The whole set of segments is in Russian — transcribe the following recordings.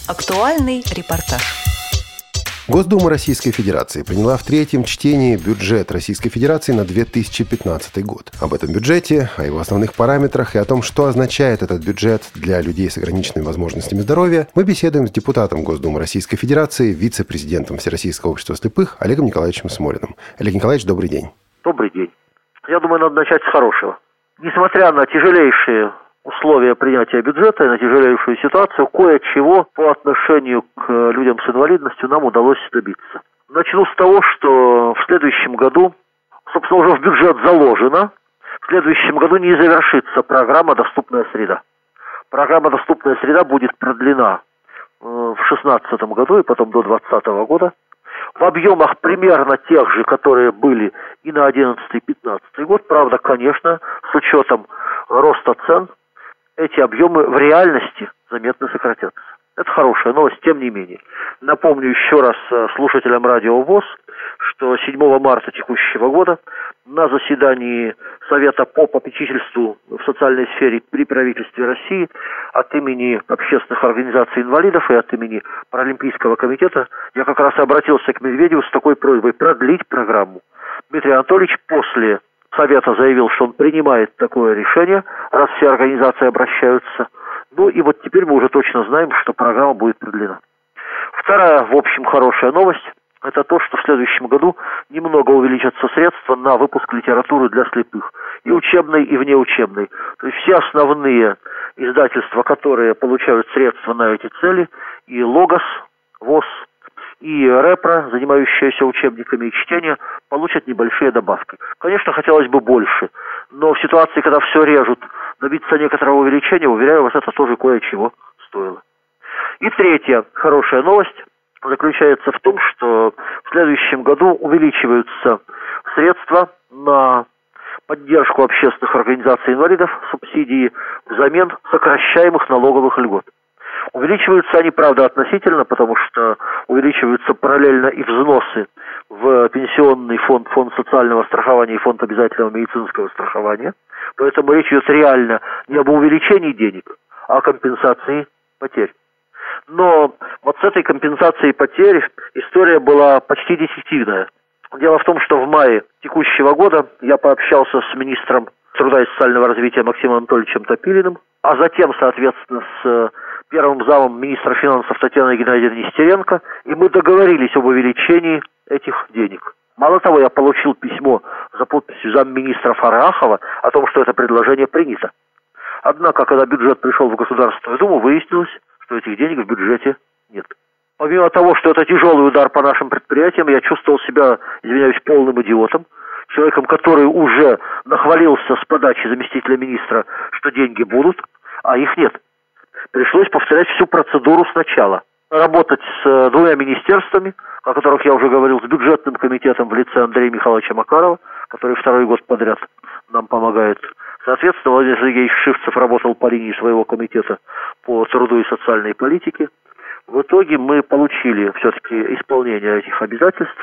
Актуальный репортаж. Госдума Российской Федерации приняла в третьем чтении бюджет Российской Федерации на 2015 год. Об этом бюджете, о его основных параметрах и о том, что означает этот бюджет для людей с ограниченными возможностями здоровья, мы беседуем с депутатом Госдумы Российской Федерации, вице-президентом Всероссийского общества слепых Олегом Николаевичем Смолиным. Олег Николаевич, добрый день. Добрый день. Я думаю, надо начать с хорошего. Несмотря на тяжелейшие условия принятия бюджета и на тяжелейшую ситуацию, кое-чего по отношению к людям с инвалидностью нам удалось добиться. Начну с того, что в следующем году, собственно, уже в бюджет заложено, в следующем году не завершится программа «Доступная среда». Программа «Доступная среда» будет продлена в 2016 году и потом до 2020 года в объемах примерно тех же, которые были и на 2011-2015 год. Правда, конечно, с учетом роста цен, эти объемы в реальности заметно сократятся. Это хорошая новость, тем не менее. Напомню еще раз слушателям Радио ВОС, что 7 марта текущего года на заседании Совета по попечительству в социальной сфере при правительстве России от имени общественных организаций инвалидов и от имени Паралимпийского комитета я как раз обратился к Медведеву с такой просьбой продлить программу. Дмитрий Анатольевич после Совета заявил, что он принимает такое решение, раз все организации обращаются. Ну и вот теперь мы уже точно знаем, что программа будет продлена. Вторая, в общем, хорошая новость – это то, что в следующем году немного увеличатся средства на выпуск литературы для слепых. И учебной, и внеучебной. То есть все основные издательства, которые получают средства на эти цели, и Логос, ВОС, и Репро, занимающиеся учебниками и чтением, получат небольшие добавки. Конечно, хотелось бы больше, но в ситуации, когда все режут, добиться некоторого увеличения, уверяю вас, это тоже кое-чего стоило. И третья хорошая новость заключается в том, что в следующем году увеличиваются средства на поддержку общественных организаций инвалидов, субсидии взамен сокращаемых налоговых льгот. Увеличиваются они, правда, относительно, потому что увеличиваются параллельно и взносы в пенсионный фонд, фонд социального страхования и фонд обязательного медицинского страхования. Поэтому речь идет реально не об увеличении денег, а о компенсации потерь. Но вот с этой компенсацией потерь история была почти детективная. Дело в том, что в мае текущего года я пообщался с министром труда и социального развития Максимом Анатольевичем Топилиным, а затем, соответственно, с первым замом министра финансов Татьяной Геннадьевной Нестеренко, и мы договорились об увеличении этих денег. Мало того, я получил письмо за подписью замминистра Фарахова о том, что это предложение принято. Однако, когда бюджет пришел в Государственную Думу, выяснилось, что этих денег в бюджете нет. Помимо того, что это тяжелый удар по нашим предприятиям, я чувствовал себя, извиняюсь, полным идиотом, человеком, который уже нахвалился с подачи заместителя министра, что деньги будут, а их нет. Пришлось повторять всю процедуру сначала. Работать с двумя министерствами, о которых я уже говорил, с бюджетным комитетом в лице Андрея Михайловича Макарова, который второй год подряд нам помогает. Соответственно, Владимир Сергеевич Шивцев работал по линии своего комитета по труду и социальной политике. В итоге мы получили все-таки исполнение этих обязательств.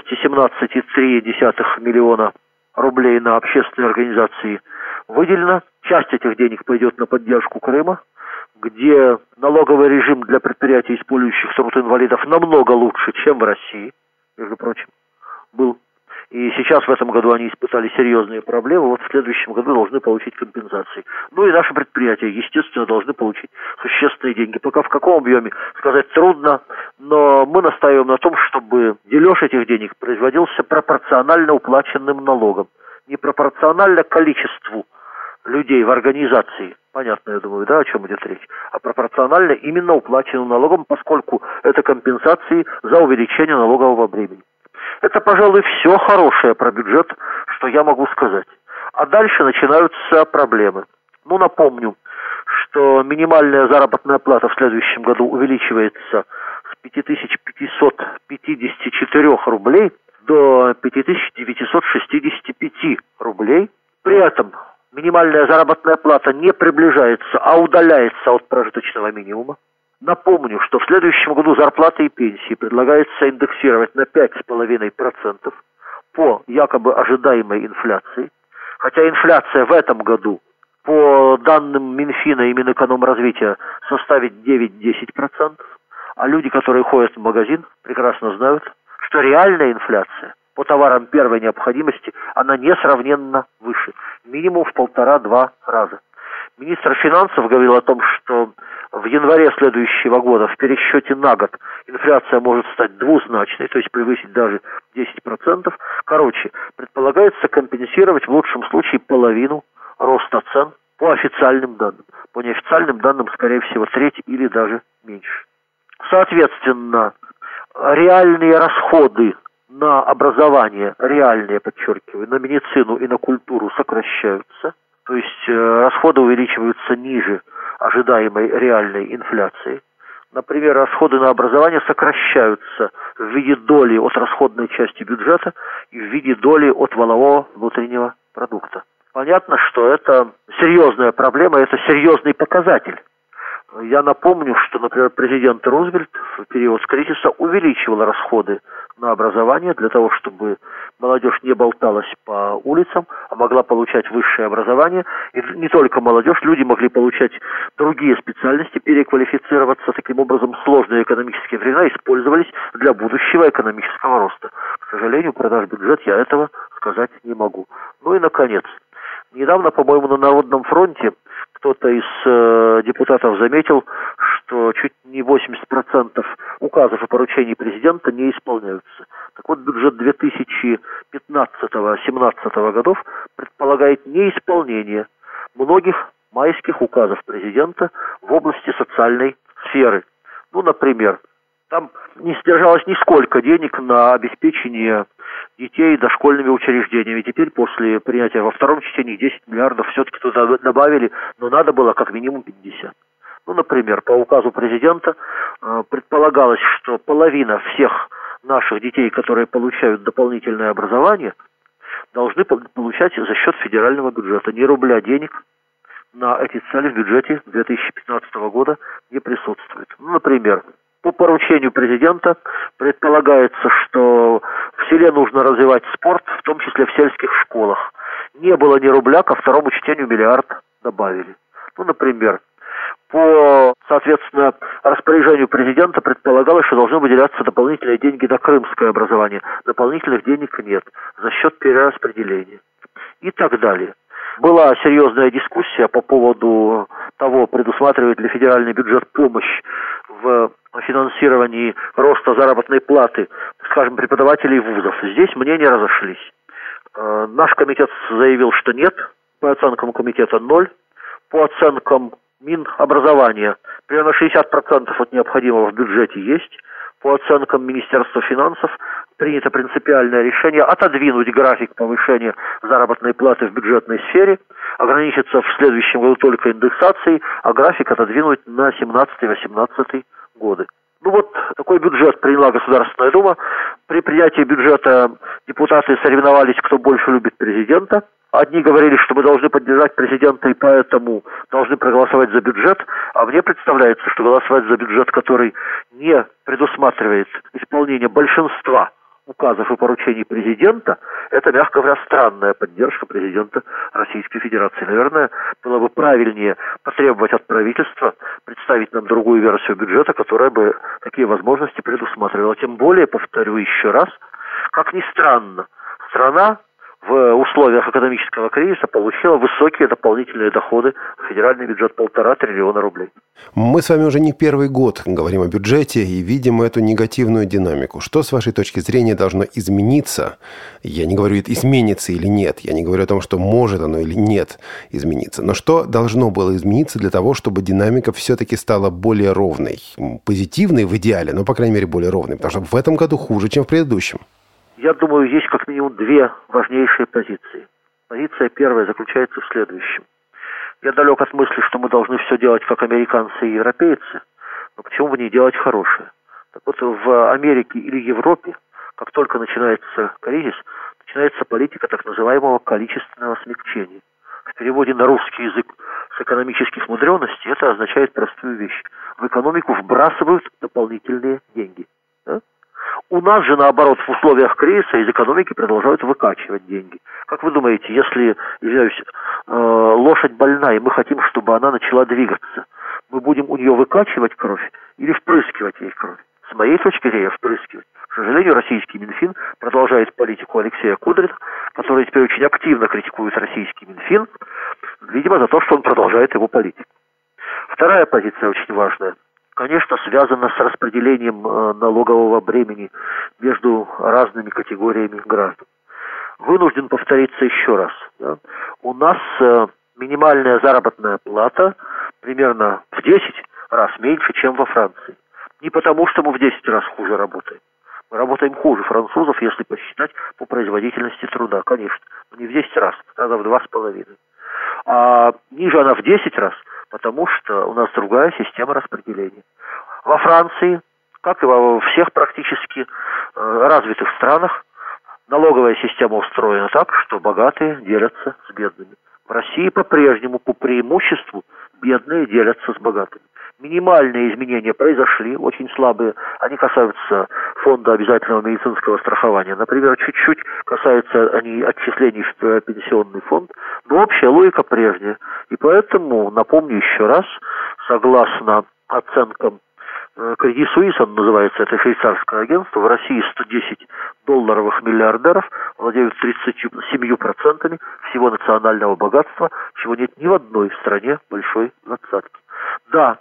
217,3 миллиона рублей на общественные организации выделено. Часть этих денег пойдет на поддержку Крыма, где налоговый режим для предприятий, использующих труд инвалидов, намного лучше, чем в России, между прочим, был. И сейчас в этом году они испытали серьезные проблемы, вот в следующем году должны получить компенсации. Ну и наши предприятия, естественно, должны получить существенные деньги. Пока в каком объеме, сказать трудно, но мы настаиваем на том, чтобы дележ этих денег производился пропорционально уплаченным налогом. Не пропорционально количеству людей в организации, понятно, я думаю, да, о чем идет речь, а пропорционально именно уплаченным налогом, поскольку это компенсации за увеличение налогового бремени. Это, пожалуй, все хорошее про бюджет, что я могу сказать. А дальше начинаются проблемы. Ну, напомню, что минимальная заработная плата в следующем году увеличивается с 5554 рублей до 5965 рублей. При этом минимальная заработная плата не приближается, а удаляется от прожиточного минимума. Напомню, что в следующем году зарплаты и пенсии предлагается индексировать на 5,5% по якобы ожидаемой инфляции. Хотя инфляция в этом году, по данным Минфина и Минэкономразвития, составит 9-10%. А люди, которые ходят в магазин, прекрасно знают, что реальная инфляция по товарам первой необходимости, она несравненно выше. Минимум в 1,5-2 раза. Министр финансов говорил о том, что в январе следующего года в пересчете на год инфляция может стать двузначной, то есть превысить даже 10%. Короче, предполагается компенсировать в лучшем случае половину роста цен по официальным данным. По неофициальным данным, скорее всего, треть или даже меньше. Соответственно, реальные расходы на образование, реальные, подчеркиваю, на медицину и на культуру сокращаются. То есть расходы увеличиваются ниже ожидаемой реальной инфляции. Например, расходы на образование сокращаются в виде доли от расходной части бюджета и в виде доли от валового внутреннего продукта. Понятно, что это серьезная проблема, это серьезный показатель. Я напомню, что, например, президент Рузвельт в период кризиса увеличивал расходы на образование для того, чтобы молодежь не болталась по улицам, а могла получать высшее образование. И не только молодежь, люди могли получать другие специальности, переквалифицироваться. Таким образом, сложные экономические времена использовались для будущего экономического роста. К сожалению, про наш бюджет я этого сказать не могу. Ну и, наконец, недавно, по-моему, на Народном фронте кто-то из депутатов заметил, что чуть не 80% указов и поручений президента не исполняются. Так вот, бюджет 2015-2017 годов предполагает неисполнение многих майских указов президента в области социальной сферы. Ну, например, там не сдержалось нисколько денег на обеспечение детей дошкольными учреждениями. Теперь после принятия во втором чтении 10 миллиардов все-таки туда добавили, но надо было как минимум 50. Ну, например, по указу президента предполагалось, что половина всех наших детей, которые получают дополнительное образование, должны получать за счет федерального бюджета. Ни рубля денег на эти цели в бюджете 2015 года не присутствует. Ну, например, по поручению президента предполагается, что в селе нужно развивать спорт, в том числе в сельских школах. Не было ни рубля, ко второму чтению миллиард добавили. Ну, например, по, соответственно, распоряжению президента предполагалось, что должны выделяться дополнительные деньги на крымское образование. Дополнительных денег нет за счет перераспределения. И так далее. Была серьезная дискуссия по поводу того, предусматривает ли федеральный бюджет помощь в финансировании роста заработной платы, скажем, преподавателей вузов. Здесь мнения разошлись. Наш комитет заявил, что нет. По оценкам комитета 0. По оценкам Минобразования примерно 60% от необходимого в бюджете есть. По оценкам Министерства финансов принято принципиальное решение отодвинуть график повышения заработной платы в бюджетной сфере, ограничиться в следующем году только индексацией, а график отодвинуть на 17-18 годы. Ну вот такой бюджет приняла Государственная Дума. При принятии бюджета депутаты соревновались, кто больше любит президента. Одни говорили, что мы должны поддержать президента и поэтому должны проголосовать за бюджет, а мне представляется, что голосовать за бюджет, который не предусматривает исполнение большинства указов и поручений президента, это, мягко говоря, странная поддержка президента Российской Федерации. Наверное, было бы правильнее потребовать от правительства представить нам другую версию бюджета, которая бы такие возможности предусматривала. Тем более, повторю еще раз, как ни странно, страна в условиях экономического кризиса получила высокие дополнительные доходы в федеральный бюджет 1,5 триллиона рублей. Мы с вами уже не первый год говорим о бюджете и видим эту негативную динамику. Что, с вашей точки зрения, должно измениться? Я не говорю, изменится или нет. Я не говорю о том, что может оно или нет измениться. Но что должно было измениться для того, чтобы динамика все-таки стала более ровной? Позитивной в идеале, но, по крайней мере, более ровной. Потому что в этом году хуже, чем в предыдущем. Я думаю, есть как минимум две важнейшие позиции. Позиция первая заключается в следующем. Я далек от мысли, что мы должны все делать, как американцы и европейцы, но почему бы не делать хорошее? Так вот, в Америке или Европе, как только начинается кризис, начинается политика так называемого количественного смягчения. В переводе на русский язык с экономических мудренностей это означает простую вещь. В экономику вбрасывают дополнительные деньги. Да? У нас же, наоборот, в условиях кризиса из экономики продолжают выкачивать деньги. Как вы думаете, если, извиняюсь, лошадь больна, и мы хотим, чтобы она начала двигаться, Мы будем у нее выкачивать кровь или впрыскивать ей кровь? С моей точки зрения, впрыскивать. К сожалению, российский Минфин продолжает политику Алексея Кудрина, который теперь очень активно критикует российский Минфин, видимо, за то, что он продолжает его политику. Вторая позиция очень важная. Конечно, связана с распределением налогового бремени между разными категориями граждан. Вынужден повториться еще раз. Да? У нас минимальная заработная плата примерно в 10 раз меньше, чем во Франции. Не потому, что мы в 10 раз хуже работаем. Мы работаем хуже французов, если посчитать по производительности труда, конечно. Но не в 10 раз, раза в 2,5. А ниже она в 10 раз, потому что у нас другая система распределения. Во Франции, как и во всех практически развитых странах, налоговая система устроена так, что богатые делятся с бедными. В России по-прежнему, по преимуществу, бедные делятся с богатыми. Минимальные изменения произошли, очень слабые. Они касаются фонда обязательного медицинского страхования. Например, чуть-чуть касаются они отчислений в пенсионный фонд. Но общая логика прежняя. И поэтому, напомню еще раз, согласно оценкам Credit Suisse, он называется, это швейцарское агентство, в России 110 долларовых миллиардеров владеют 37% всего национального богатства, чего нет ни в одной стране большой двадцатки. Да,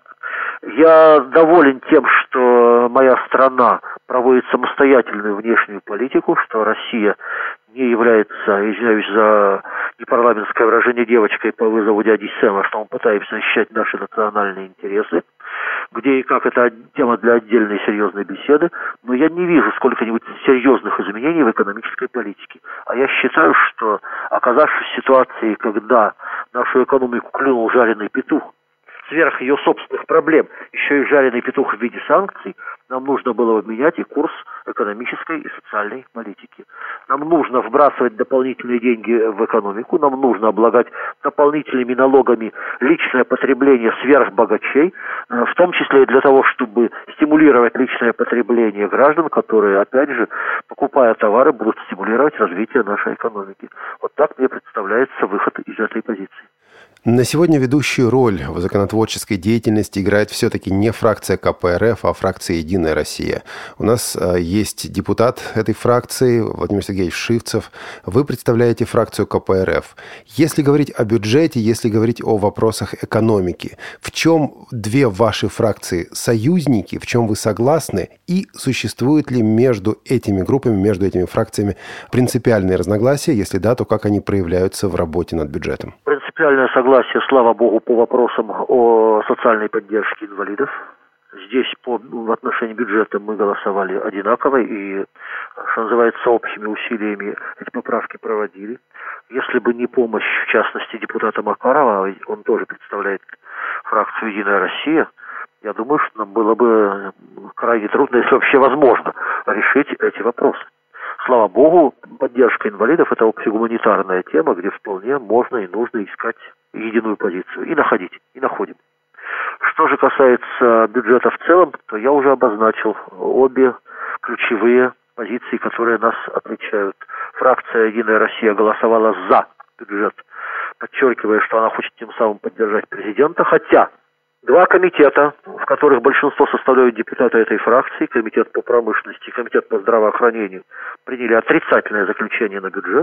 я доволен тем, что моя страна проводит самостоятельную внешнюю политику, что Россия не является, извиняюсь за непарламентское выражение, девочкой по вызову дяди Сэма, что мы пытаемся защищать наши национальные интересы, где и как это тема для отдельной серьезной беседы, но я не вижу сколько-нибудь серьезных изменений в экономической политике. А я считаю, что, оказавшись в ситуации, когда нашу экономику клюнул жареный петух, сверх ее собственных проблем, еще и жареный петух в виде санкций, нам нужно было менять и курс экономической и социальной политики. Нам нужно вбрасывать дополнительные деньги в экономику, нам нужно облагать дополнительными налогами личное потребление сверхбогачей, в том числе и для того, чтобы стимулировать личное потребление граждан, которые, опять же, покупая товары, будут стимулировать развитие нашей экономики. Вот так мне представляется выход из этой позиции. На сегодня ведущую роль в законотворческой деятельности играет все-таки не фракция КПРФ, а фракция «Единая Россия». У нас есть депутат этой фракции, Владимир Сергеевич Шивцев. Вы представляете фракцию КПРФ. Если говорить о бюджете, если говорить о вопросах экономики, в чем две ваши фракции союзники, в чем вы согласны, и существует ли между этими группами, между этими фракциями принципиальные разногласия? Если да, то как они проявляются в работе над бюджетом? Принципиальное согласие, слава богу, по вопросам о социальной поддержке инвалидов. Здесь в отношении бюджета мы голосовали одинаково и, что называется, общими усилиями эти поправки проводили. Если бы не помощь, в частности, депутата Макарова, он тоже представляет фракцию «Единая Россия», я думаю, что нам было бы крайне трудно, если вообще возможно, решить эти вопросы. Слава богу, поддержка инвалидов – это общегуманитарная тема, где вполне можно и нужно искать единую позицию. И находить, и находим. Что же касается бюджета в целом, то я уже обозначил обе ключевые позиции, которые нас отличают. Фракция «Единая Россия» голосовала за бюджет, подчеркивая, что она хочет тем самым поддержать президента, хотя два комитета, в которых большинство составляют депутаты этой фракции, комитет по промышленности и комитет по здравоохранению, приняли отрицательное заключение на бюджет,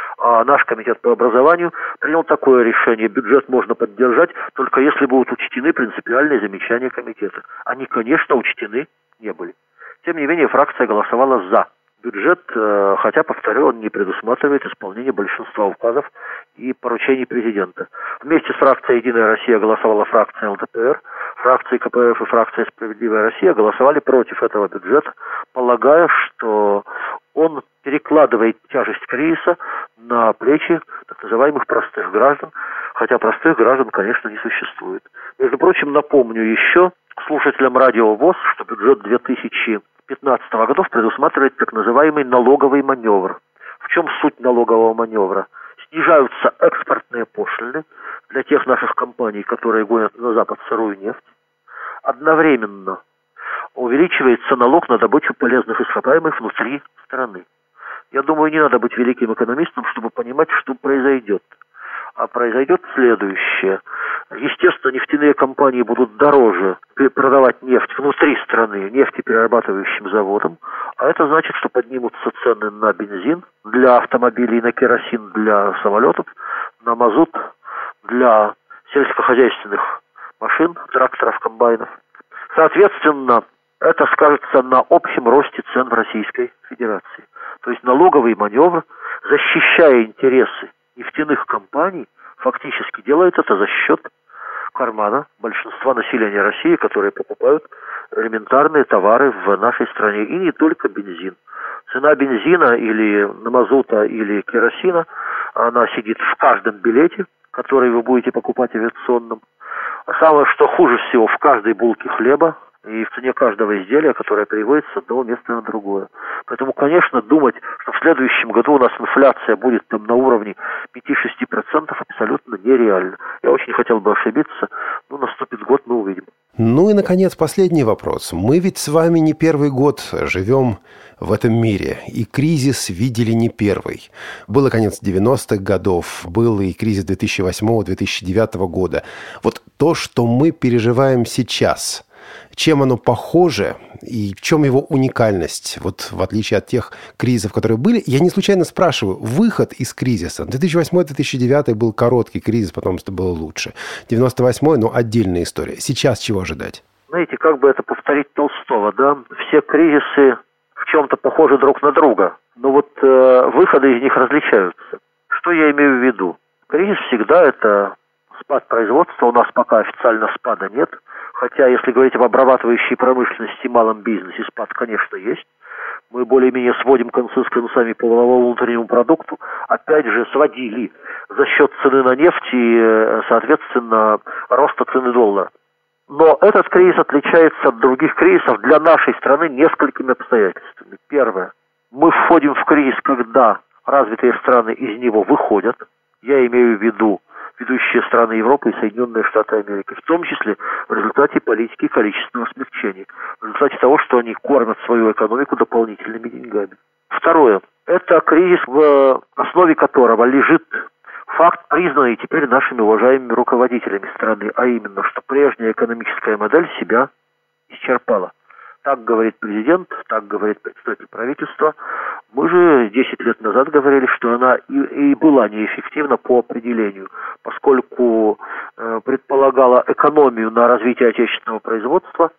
а наш комитет по образованию принял такое решение: бюджет можно поддержать, только если будут учтены принципиальные замечания комитета. Они, конечно, учтены не были. Тем не менее, фракция голосовала за бюджет, хотя, повторю, он не предусматривает исполнение большинства указов и поручений президента. Вместе с фракцией «Единая Россия» голосовала фракция ЛДПР, фракции КПРФ и фракция «Справедливая Россия» голосовали против этого бюджета, полагая, что он перекладывает тяжесть кризиса на плечи так называемых простых граждан, хотя простых граждан, конечно, не существует. Между прочим, напомню еще слушателям радио ВОС, что бюджет 2015 года предусматривает так называемый налоговый маневр. В чем суть налогового маневра? Снижаются экспортные пошлины для тех наших компаний, которые гонят на Запад сырую нефть. Одновременно увеличивается налог на добычу полезных ископаемых внутри страны. Я думаю, не надо быть великим экономистом, чтобы понимать, что произойдет. А произойдет следующее. Естественно, нефтяные компании будут дороже продавать нефть внутри страны нефтеперерабатывающим заводам, а это значит, что поднимутся цены на бензин для автомобилей, на керосин для самолетов, на мазут для сельскохозяйственных машин, тракторов, комбайнов. Соответственно, это скажется на общем росте цен в Российской Федерации. То есть налоговый маневр, защищая интересы нефтяных компаний, фактически делает это за счет кармана большинства населения России, которые покупают элементарные товары в нашей стране. И не только бензин. Цена бензина или мазута или керосина, она сидит в каждом билете, который вы будете покупать авиационном. А самое, что хуже всего, в каждой булке хлеба и в цене каждого изделия, которое переводится с одного места на другое. Поэтому, конечно, думать, что в следующем году у нас инфляция будет там на уровне 5-6%, абсолютно нереально. Я очень хотел бы ошибиться, но наступит год, мы увидим. Ну и, наконец, последний вопрос. Мы ведь с вами не первый год живем в этом мире, и кризис видели не первый. Было конец 90-х годов, был и кризис 2008-2009 года. Вот то, что мы переживаем сейчас, чем оно похоже и в чем его уникальность, вот в отличие от тех кризисов, которые были. Я не случайно спрашиваю, выход из кризиса. 2008-2009 был короткий кризис, потом это было лучше. 98-й, ну, отдельная история. Сейчас чего ожидать? Знаете, как бы это повторить Толстого, да? Все кризисы в чем-то похожи друг на друга, но вот выходы из них различаются. Что я имею в виду? Кризис всегда это спад производства, у нас пока официально спада нет. Хотя, если говорить об обрабатывающей промышленности и малом бизнесе, спад, конечно, есть. Мы более-менее сводим концы с концами по валовому внутреннему продукту. Опять же, сводили за счет цены на нефть и, соответственно, роста цены доллара. Но этот кризис отличается от других кризисов для нашей страны несколькими обстоятельствами. Первое. Мы входим в кризис, когда развитые страны из него выходят. Я имею в виду ведущие страны Европы и Соединенные Штаты Америки, в том числе в результате политики количественного смягчения, в результате того, что они кормят свою экономику дополнительными деньгами. Второе. Это кризис, в основе которого лежит факт, признанный теперь нашими уважаемыми руководителями страны, а именно, что прежняя экономическая модель себя исчерпала. Так говорит президент, так говорит представитель правительства. Мы же 10 лет назад говорили, что она и была неэффективна по определению, поскольку предполагала экономию на развитие отечественного производства,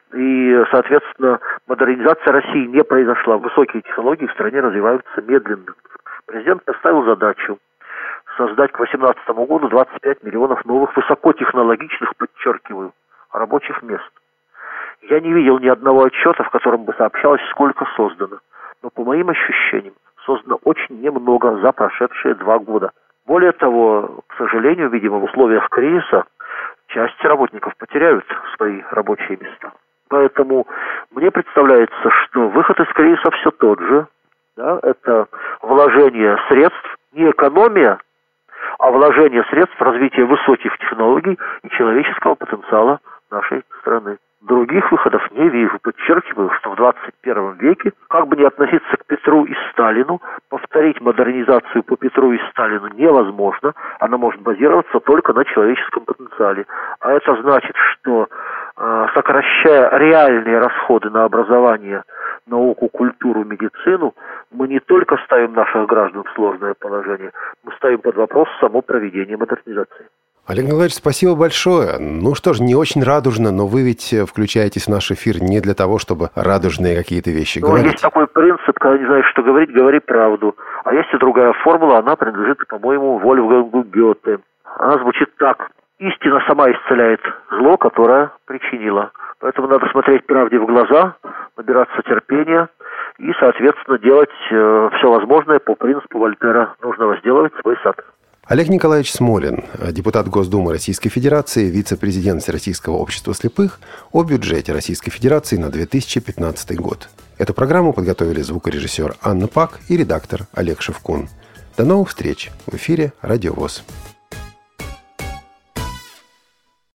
и, соответственно, модернизация России не произошла. Высокие технологии в стране развиваются медленно. Президент поставил задачу создать к 2018 году 25 миллионов новых высокотехнологичных, подчеркиваю, рабочих мест. Я не видел ни одного отчета, в котором бы сообщалось, сколько создано. Но по моим ощущениям, создано очень немного за прошедшие 2 года. Более того, к сожалению, видимо, в условиях кризиса часть работников потеряют свои рабочие места. Поэтому мне представляется, что выход из кризиса все тот же. Да, это вложение средств, не экономия, а вложение средств в развитие высоких технологий и человеческого потенциала нашей страны. Других выходов не вижу. Подчеркиваю, что в 21 веке, как бы ни относиться к Петру и Сталину, повторить модернизацию по Петру и Сталину невозможно. Она может базироваться только на человеческом потенциале. А это значит, что сокращая реальные расходы на образование, науку, культуру, медицину, мы не только ставим наших граждан в сложное положение, мы ставим под вопрос само проведение модернизации. Олег Николаевич, спасибо большое. Ну что ж, не очень радужно, но вы ведь включаетесь в наш эфир не для того, чтобы радужные какие-то вещи говорить. Есть такой принцип, когда не знаешь, что говорить, говори правду. А есть и другая формула, она принадлежит, по-моему, Вольфгангу Гёте. Она звучит так. Истина сама исцеляет зло, которое причинила. Поэтому надо смотреть правде в глаза, набираться терпения и, соответственно, делать все возможное по принципу Вольтера. Нужно возделывать свой сад. Олег Николаевич Смолин, депутат Госдумы Российской Федерации, вице-президент Всероссийского общества слепых, о бюджете Российской Федерации на 2015 год. Эту программу подготовили звукорежиссер Анна Пак и редактор Олег Шевкун. До новых встреч в эфире «Радио ВОС».